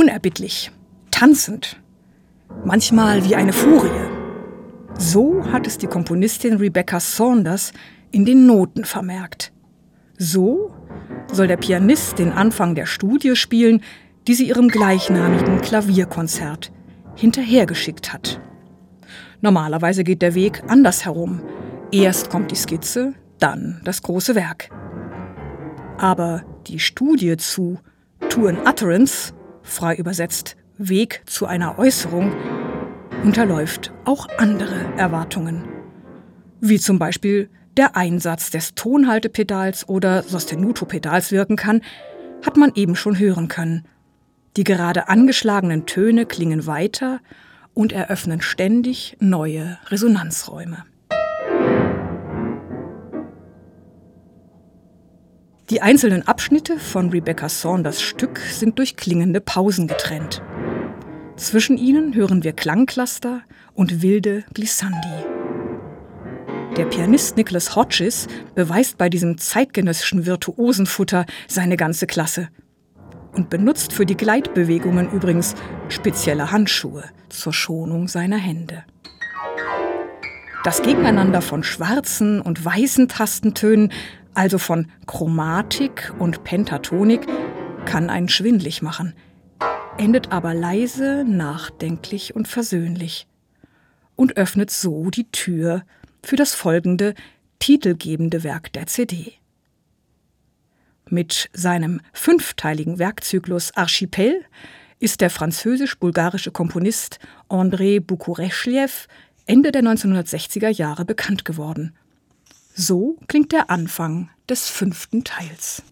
Unerbittlich, tanzend, manchmal wie eine Furie. So hat es die Komponistin Rebecca Saunders in den Noten vermerkt. So soll der Pianist den Anfang der Studie spielen, die sie ihrem gleichnamigen Klavierkonzert hinterhergeschickt hat. Normalerweise geht der Weg andersherum. Erst kommt die Skizze, dann das große Werk. Aber die Studie zu To an Utterance, frei übersetzt Weg zu einer Äußerung, unterläuft auch andere Erwartungen. Wie zum Beispiel der Einsatz des Tonhaltepedals oder Sostenuto-Pedals wirken kann, hat man eben schon hören können. Die gerade angeschlagenen Töne klingen weiter und eröffnen ständig neue Resonanzräume. Die einzelnen Abschnitte von Rebecca Saunders Stück sind durch klingende Pausen getrennt. Zwischen ihnen hören wir Klangcluster und wilde Glissandi. Der Pianist Nicholas Hodges beweist bei diesem zeitgenössischen Virtuosenfutter seine ganze Klasse und benutzt für die Gleitbewegungen übrigens spezielle Handschuhe zur Schonung seiner Hände. Das Gegeneinander von schwarzen und weißen Tastentönen, also von Chromatik und Pentatonik, kann einen schwindlig machen, endet aber leise, nachdenklich und versöhnlich und öffnet so die Tür für das folgende, titelgebende Werk der CD. Mit seinem 5-teiligen Werkzyklus Archipel ist der französisch-bulgarische Komponist Andrei Bukureschljew Ende der 1960er Jahre bekannt geworden. So klingt der Anfang des 5. Teils.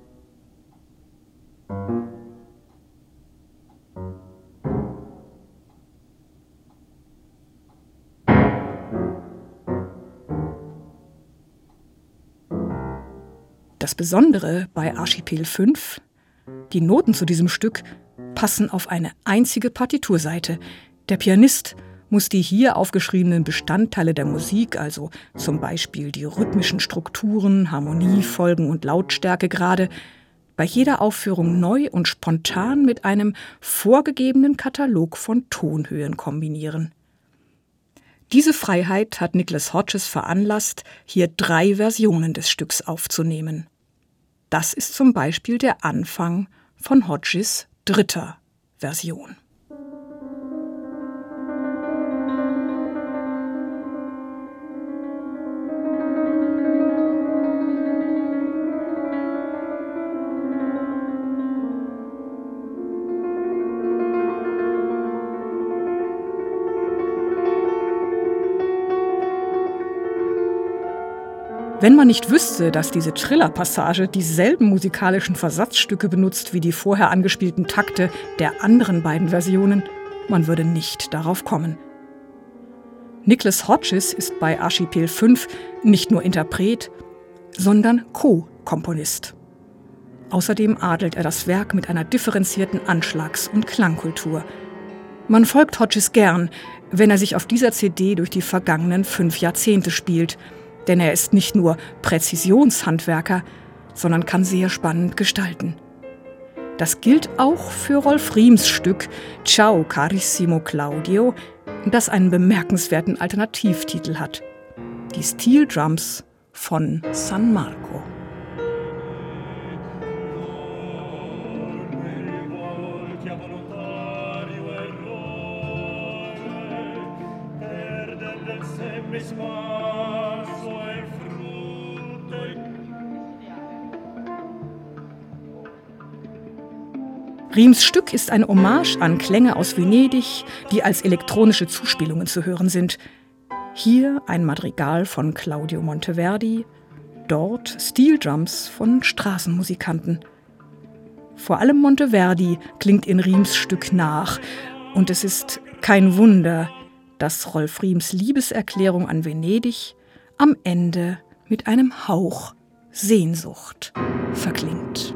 Das Besondere bei Archipel 5: Die Noten zu diesem Stück passen auf eine einzige Partiturseite. Der Pianist muss die hier aufgeschriebenen Bestandteile der Musik, also zum Beispiel die rhythmischen Strukturen, Harmoniefolgen und Lautstärkegrade, bei jeder Aufführung neu und spontan mit einem vorgegebenen Katalog von Tonhöhen kombinieren. Diese Freiheit hat Nicholas Hodges veranlasst, hier 3 Versionen des Stücks aufzunehmen. Das ist zum Beispiel der Anfang von Hodges 3. Version. Wenn man nicht wüsste, dass diese Triller-Passage dieselben musikalischen Versatzstücke benutzt wie die vorher angespielten Takte der anderen beiden Versionen, man würde nicht darauf kommen. Nicholas Hodges ist bei Archipel 5 nicht nur Interpret, sondern Co-Komponist. Außerdem adelt er das Werk mit einer differenzierten Anschlags- und Klangkultur. Man folgt Hodges gern, wenn er sich auf dieser CD durch die vergangenen 5 Jahrzehnte spielt, denn er ist nicht nur Präzisionshandwerker, sondern kann sehr spannend gestalten. Das gilt auch für Rolf Rihms Stück Ciao carissimo Claudio, das einen bemerkenswerten Alternativtitel hat: Die Steel Drums von San Marco. Rihms Stück ist eine Hommage an Klänge aus Venedig, die als elektronische Zuspielungen zu hören sind. Hier ein Madrigal von Claudio Monteverdi, dort Steel Drums von Straßenmusikanten. Vor allem Monteverdi klingt in Rihms Stück nach, und es ist kein Wunder, dass Rolf Rihms Liebeserklärung an Venedig am Ende mit einem Hauch Sehnsucht verklingt.